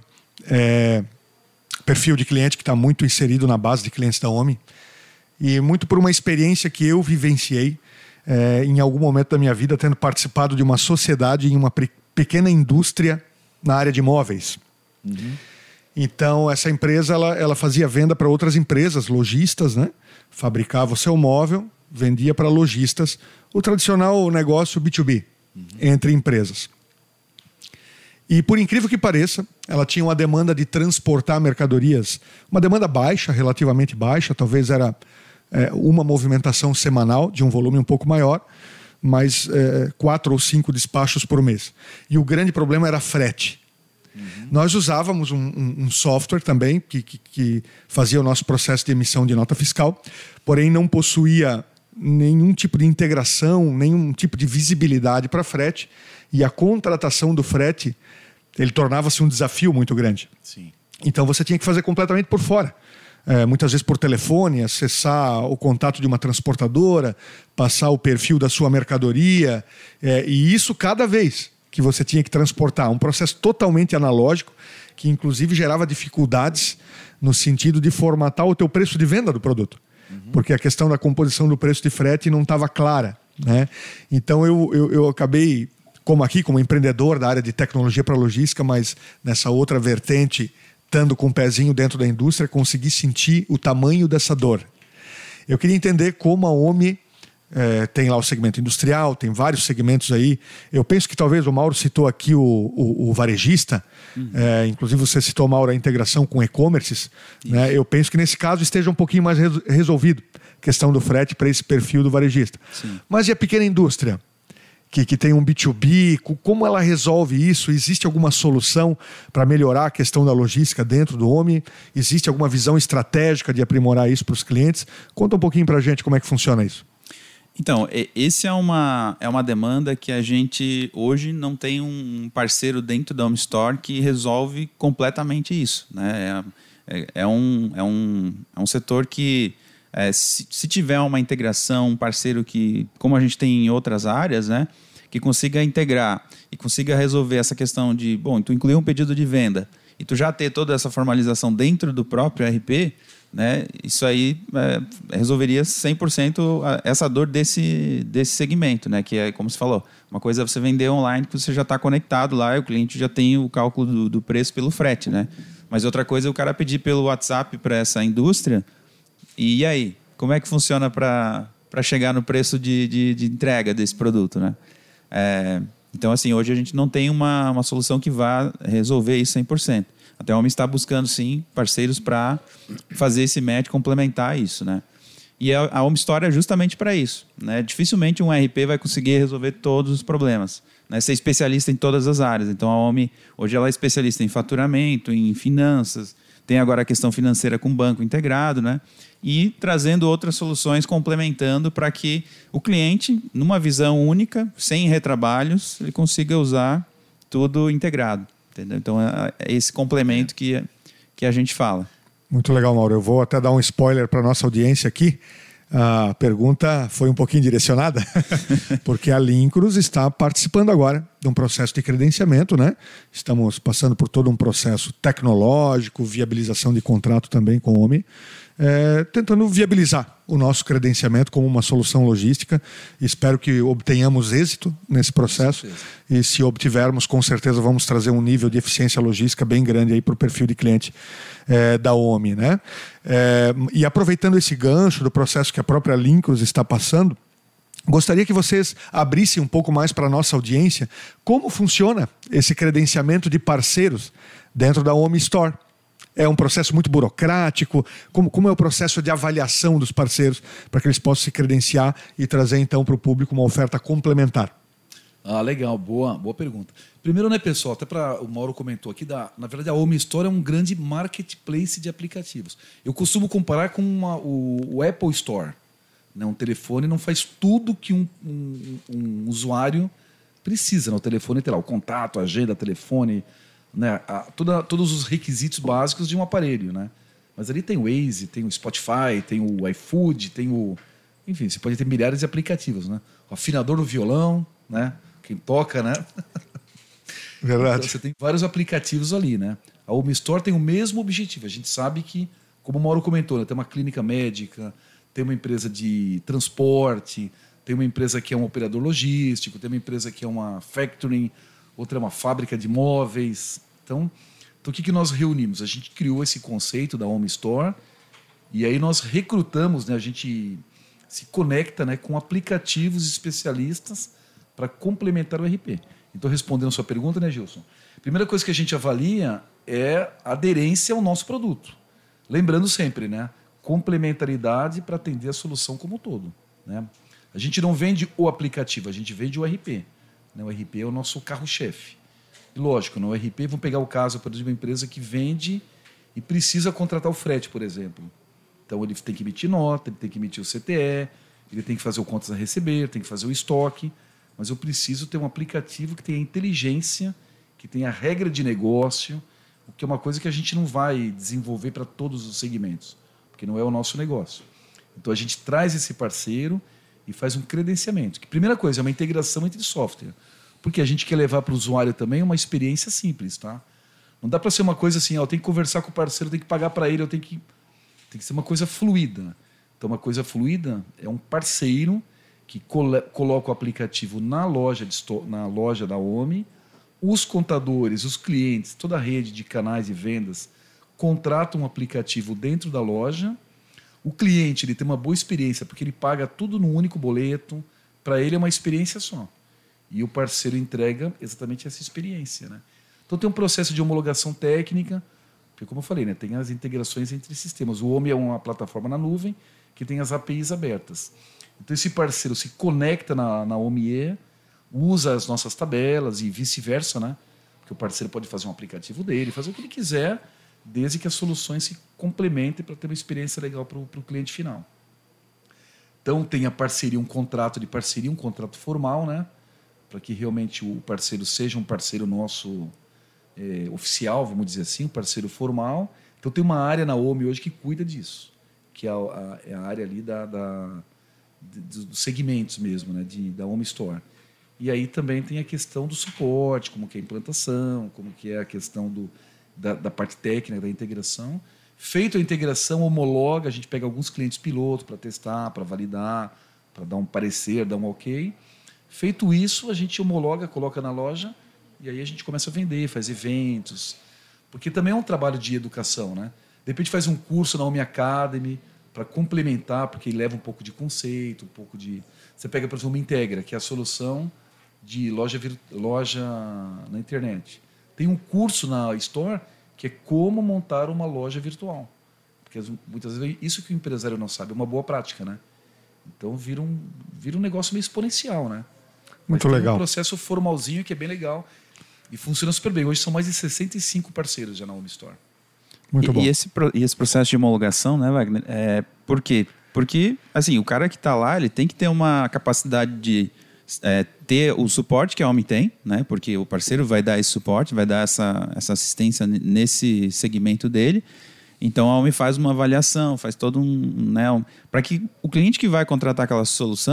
perfil de cliente que está muito inserido na base de clientes da OMI e muito por uma experiência que eu vivenciei em algum momento da minha vida, tendo participado de uma sociedade em uma pequena indústria na área de imóveis. Uhum. Então, essa empresa ela fazia venda para outras empresas, lojistas, né? Fabricava o seu móvel, vendia para lojistas, o tradicional negócio B2B, entre empresas. E por incrível que pareça, ela tinha uma demanda de transportar mercadorias, uma demanda baixa, relativamente baixa, talvez era uma movimentação semanal de um volume um pouco maior, mas 4 ou 5 despachos por mês. E o grande problema era frete. Nós usávamos um software também que fazia o nosso processo de emissão de nota fiscal, porém não possuía nenhum tipo de integração, nenhum tipo de visibilidade para frete, e a contratação do frete ele tornava-se um desafio muito grande. Sim. Então você tinha que fazer completamente por fora. Muitas vezes por telefone, acessar o contato de uma transportadora, passar o perfil da sua mercadoria, e isso cada vez que você tinha que transportar. Um processo totalmente analógico, que inclusive gerava dificuldades no sentido de formatar o teu preço de venda do produto. Porque a questão da composição do preço de frete não estava clara, né? Então eu acabei, como empreendedor da área de tecnologia para logística, mas nessa outra vertente, estando com o pezinho dentro da indústria, consegui sentir o tamanho dessa dor. Eu queria entender como a OMI tem lá o segmento industrial, tem vários segmentos aí. Eu penso que talvez o Mauro citou aqui o varejista, inclusive você citou, Mauro, a integração com e-commerces. Né? Eu penso que nesse caso esteja um pouquinho mais resolvido a questão do frete para esse perfil do varejista. Sim. Mas e a pequena indústria? Que tem um B2B, como ela resolve isso? Existe alguma solução para melhorar a questão da logística dentro do OMI? Existe alguma visão estratégica de aprimorar isso para os clientes? Conta um pouquinho para a gente como é que funciona isso. Então, esse é uma demanda que a gente hoje não tem um parceiro dentro da OMI Store que resolve completamente isso. Né? É um setor que, se tiver uma integração, um parceiro que, como a gente tem em outras áreas, né, que consiga integrar e consiga resolver essa questão de, tu incluir um pedido de venda e tu já ter toda essa formalização dentro do próprio RP, né, isso aí resolveria 100% essa dor desse segmento, né, que é, como você falou, uma coisa é você vender online que você já está conectado lá e o cliente já tem o cálculo do preço pelo frete, né? Mas outra coisa é o cara pedir pelo WhatsApp para essa indústria e aí, como é que funciona para chegar no preço de entrega desse produto, né? Então, assim, hoje a gente não tem uma solução que vá resolver isso 100%. Até a OMI está buscando, sim, parceiros para fazer esse match, complementar isso, né? E a OMI Store é justamente para isso, né? Dificilmente um RP vai conseguir resolver todos os problemas, né? Ser especialista em todas as áreas. Então, a OMI, hoje, ela é especialista em faturamento, em finanças, tem agora a questão financeira com banco integrado, né? E trazendo outras soluções, complementando para que o cliente, numa visão única, sem retrabalhos, ele consiga usar tudo integrado. Entendeu? Então, é esse complemento que a gente fala. Muito legal, Mauro. Eu vou até dar um spoiler para a nossa audiência aqui. A pergunta foi um pouquinho direcionada, porque a Lincros está participando agora de um processo de credenciamento, né? Estamos passando por todo um processo tecnológico, viabilização de contrato também com o OMI. tentando viabilizar o nosso credenciamento como uma solução logística. Espero que obtenhamos êxito nesse processo e, se obtivermos, com certeza vamos trazer um nível de eficiência logística bem grande para o perfil de cliente da OMI, né? E aproveitando esse gancho do processo que a própria Lincros está passando, gostaria que vocês abrissem um pouco mais para a nossa audiência como funciona esse credenciamento de parceiros dentro da OMI Store. É um processo muito burocrático? Como é o processo de avaliação dos parceiros para que eles possam se credenciar e trazer então para o público uma oferta complementar? Legal, boa pergunta. Primeiro, né, pessoal, até para o Mauro comentou aqui, na verdade a OMI Store é um grande marketplace de aplicativos. Eu costumo comparar com o Apple Store. Né? Um telefone não faz tudo que um usuário precisa. Né? O telefone tem lá o contato, a agenda, telefone, né? Todos os requisitos básicos de um aparelho. Né? Mas ali tem o Waze, tem o Spotify, tem o iFood, enfim, você pode ter milhares de aplicativos. Né? O afinador do violão, né? Quem toca, né? Verdade. Então, você tem vários aplicativos ali. Né? A OMI Store tem o mesmo objetivo. A gente sabe que, como o Mauro comentou, né? Tem uma clínica médica, tem uma empresa de transporte, tem uma empresa que é um operador logístico, tem uma empresa que é uma factoring, outra é uma fábrica de móveis. Então o que nós reunimos? A gente criou esse conceito da OMI Store e aí nós recrutamos, né? A gente se conecta, né, com aplicativos especialistas para complementar o RP. Então, respondendo a sua pergunta, né, Gilson? A primeira coisa que a gente avalia é a aderência ao nosso produto. Lembrando sempre, né? Complementaridade para atender a solução como um todo. Né? A gente não vende o aplicativo, a gente vende o RP. Né? O RP é o nosso carro-chefe. E lógico, no RP, vamos pegar o caso, por exemplo, de uma empresa que vende e precisa contratar o frete, por exemplo. Então, ele tem que emitir nota, ele tem que emitir o CTE, ele tem que fazer o contas a receber, tem que fazer o estoque. Mas eu preciso ter um aplicativo que tenha inteligência, que tenha regra de negócio, o que é uma coisa que a gente não vai desenvolver para todos os segmentos, porque não é o nosso negócio. Então, a gente traz esse parceiro e faz um credenciamento. Que, primeira coisa, é uma integração entre software, porque a gente quer levar para o usuário também uma experiência simples. Tá? Não dá para ser uma coisa assim, eu tenho que conversar com o parceiro, eu tenho que pagar para ele, tem que ser uma coisa fluida. Então, uma coisa fluida é um parceiro que coloca o aplicativo na loja da OMI, os contadores, os clientes, toda a rede de canais de vendas contratam um aplicativo dentro da loja. O cliente ele tem uma boa experiência, porque ele paga tudo num único boleto. Para ele é uma experiência só. E o parceiro entrega exatamente essa experiência. Né? Então tem um processo de homologação técnica, porque, como eu falei, né, tem as integrações entre sistemas. O OMI é uma plataforma na nuvem que tem as APIs abertas. Então esse parceiro se conecta na OMIE, usa as nossas tabelas e vice-versa, né? Porque o parceiro pode fazer um aplicativo dele, fazer o que ele quiser, desde que as soluções se complementem para ter uma experiência legal para o cliente final. Então tem a parceria, um contrato de parceria, um contrato formal, né? Para que realmente o parceiro seja um parceiro nosso oficial, vamos dizer assim, um parceiro formal. Então tem uma área na OMI hoje que cuida disso, que é a área ali dos segmentos mesmo, né, da OMI Store. E aí também tem a questão do suporte, como que é a implantação, como que é a questão da parte técnica, da integração. Feito a integração, homologa, a gente pega alguns clientes pilotos para testar, para validar, para dar um parecer, dar um ok. Feito isso, a gente homologa, coloca na loja e aí a gente começa a vender, faz eventos. Porque também é um trabalho de educação, né? De repente faz um curso na OMI Academy, para complementar, porque ele leva um pouco de conceito, um pouco de... Você pega, por exemplo, uma Integra, que é a solução de loja na internet. Tem um curso na Store que é como montar uma loja virtual. Porque muitas vezes isso que o empresário não sabe, é uma boa prática, né? Então vira um negócio meio exponencial, né? Muito legal. Tem um processo formalzinho que é bem legal e funciona super bem. Hoje são mais de 65 parceiros já na OMI Store. Muito bom. E esse processo de homologação, né, Wagner? Por quê? Porque assim, o cara que está lá, ele tem que ter uma capacidade de ter o suporte que a OMI tem, né? Porque o parceiro vai dar esse suporte, vai dar essa assistência nesse segmento dele. Então a OMI faz uma avaliação, faz todo para que o cliente que vai contratar aquela solução,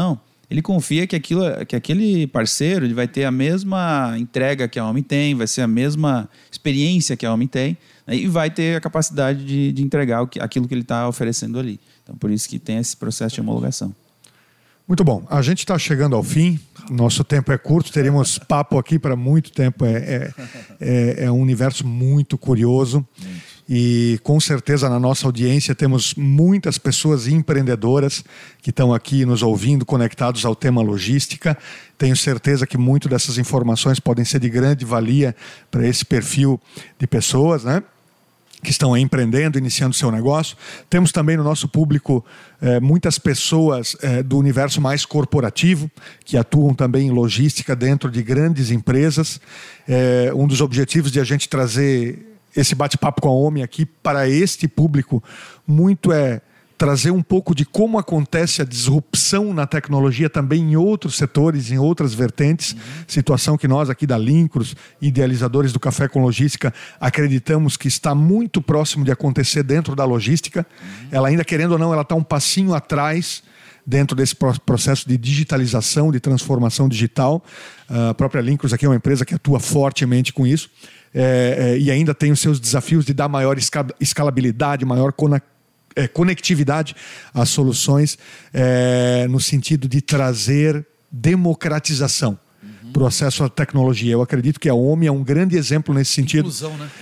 ele confia que aquele parceiro ele vai ter a mesma entrega que a Omni tem, vai ser a mesma experiência que a Omni tem, né, e vai ter a capacidade de entregar aquilo que ele está oferecendo ali. Então, por isso que tem esse processo de homologação. Muito bom. A gente está chegando ao fim. Nosso tempo é curto. Teríamos papo aqui para muito tempo. É um universo muito curioso. E com certeza na nossa audiência temos muitas pessoas empreendedoras que estão aqui nos ouvindo, conectados ao tema logística. Tenho certeza que muito dessas informações podem ser de grande valia para esse perfil de pessoas, né, que estão empreendendo, iniciando seu negócio. Temos também no nosso público muitas pessoas do universo mais corporativo, que atuam também em logística dentro de grandes empresas. Um dos objetivos de a gente trazer esse bate-papo com a Omni aqui para este público muito trazer um pouco de como acontece a disrupção na tecnologia também em outros setores, em outras vertentes, situação que nós aqui da Lincros, idealizadores do Café com Logística, acreditamos que está muito próximo de acontecer dentro da logística. Ela ainda, querendo ou não, ela está um passinho atrás dentro desse processo de digitalização, de transformação digital. A própria Lincros aqui é uma empresa que atua fortemente com isso, e ainda tem os seus desafios de dar maior escalabilidade, maior conectividade às soluções, no sentido de trazer democratização para o acesso à tecnologia. Eu acredito que a Omni é um grande exemplo nesse sentido. Inclusão, né?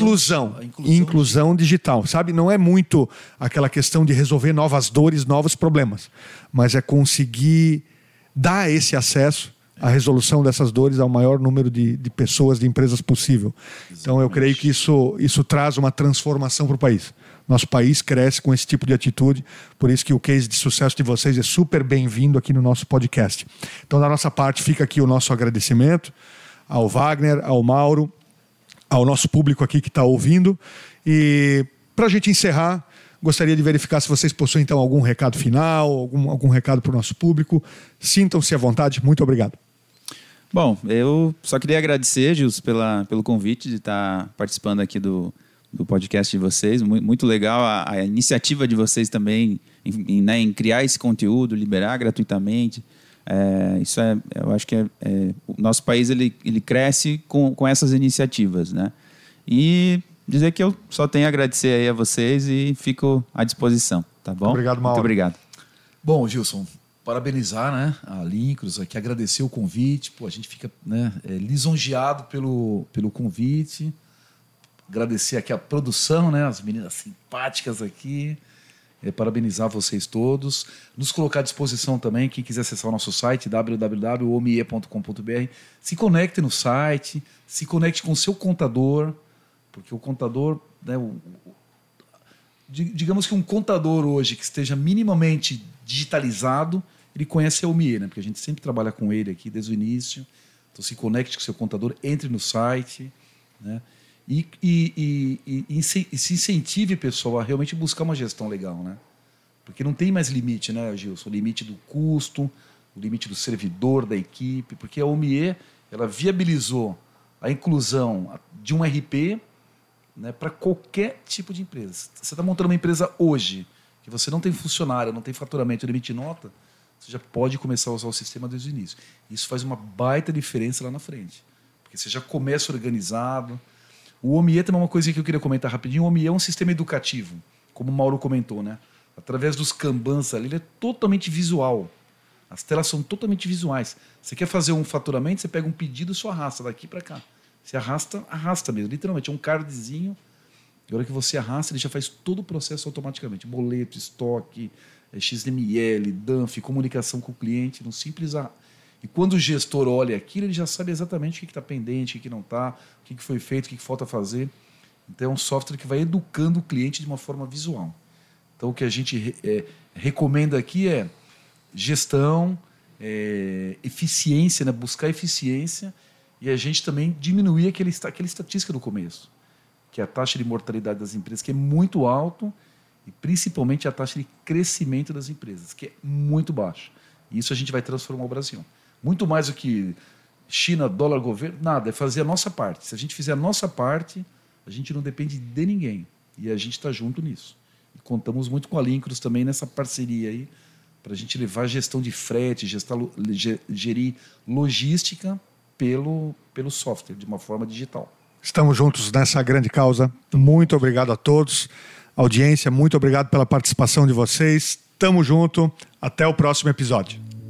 Inclusão digital. Sabe? Não é muito aquela questão de resolver novas dores, novos problemas, mas é conseguir dar esse acesso à resolução dessas dores ao maior número de pessoas, de empresas possível. Exatamente. Então eu creio que isso traz uma transformação para o país. Nosso país cresce com esse tipo de atitude, por isso que o case de sucesso de vocês é super bem-vindo aqui no nosso podcast. Então, da nossa parte, fica aqui o nosso agradecimento ao Wagner, ao Mauro, ao nosso público aqui que está ouvindo. E para a gente encerrar, gostaria de verificar se vocês possuem então algum recado final, algum recado para o nosso público. Sintam-se à vontade. Muito obrigado. Bom, eu só queria agradecer, Gilson, pelo convite de estar participando aqui do podcast de vocês. Muito legal a iniciativa de vocês também em criar esse conteúdo, liberar gratuitamente. Eu acho que o nosso país ele cresce com essas iniciativas, né? E dizer que eu só tenho a agradecer aí a vocês e fico à disposição, tá bom? Obrigado, Mauro. Muito obrigado. Bom, Gilson, parabenizar, né, a Lincros aqui, agradecer o convite. A gente fica, né, lisonjeado pelo convite. Agradecer aqui a produção, né, as meninas simpáticas aqui. Parabenizar vocês todos. Nos colocar à disposição também, quem quiser acessar o nosso site, www.omie.com.br. Se conecte no site, se conecte com o seu contador, porque o contador, né, digamos que um contador hoje que esteja minimamente digitalizado, ele conhece a Omie, né, porque a gente sempre trabalha com ele aqui desde o início. Então se conecte com o seu contador, entre no site, né? E se incentive, pessoal, a realmente buscar uma gestão legal, né? Porque não tem mais limite, né, Gilson? O limite do custo, o limite do servidor, da equipe, porque a Omie, ela viabilizou a inclusão de um RP, né, para qualquer tipo de empresa. Você está montando uma empresa hoje, que você não tem funcionário, não tem faturamento, não emite nota, você já pode começar a usar o sistema desde o início. Isso faz uma baita diferença lá na frente, porque você já começa organizado. O Omie também é uma coisa que eu queria comentar rapidinho. O Omie é um sistema educativo, como o Mauro comentou, né? Através dos Kanbans ali, ele é totalmente visual. As telas são totalmente visuais. Você quer fazer um faturamento, você pega um pedido e só arrasta daqui para cá. Você arrasta mesmo, literalmente. É um cardzinho. E a hora que você arrasta, ele já faz todo o processo automaticamente. Boleto, estoque, XML, DANF, comunicação com o cliente, num simples arrasto. E quando o gestor olha aquilo, ele já sabe exatamente o que está pendente, o que não está, o que foi feito, o que falta fazer. Então, é um software que vai educando o cliente de uma forma visual. Então, o que a gente recomenda aqui é gestão, eficiência, né? Buscar eficiência, e a gente também diminuir aquela estatística do começo, que é a taxa de mortalidade das empresas, que é muito alto, e principalmente a taxa de crescimento das empresas, que é muito baixa. E isso a gente vai transformar o Brasil. Muito mais do que China, dólar, governo, nada, é fazer a nossa parte. Se a gente fizer a nossa parte, a gente não depende de ninguém. E a gente está junto nisso. E contamos muito com a Lincros também nessa parceria aí, para a gente levar gestão de frete, gerir logística pelo software, de uma forma digital. Estamos juntos nessa grande causa. Muito obrigado a todos. Audiência, muito obrigado pela participação de vocês. Tamo junto. Até o próximo episódio.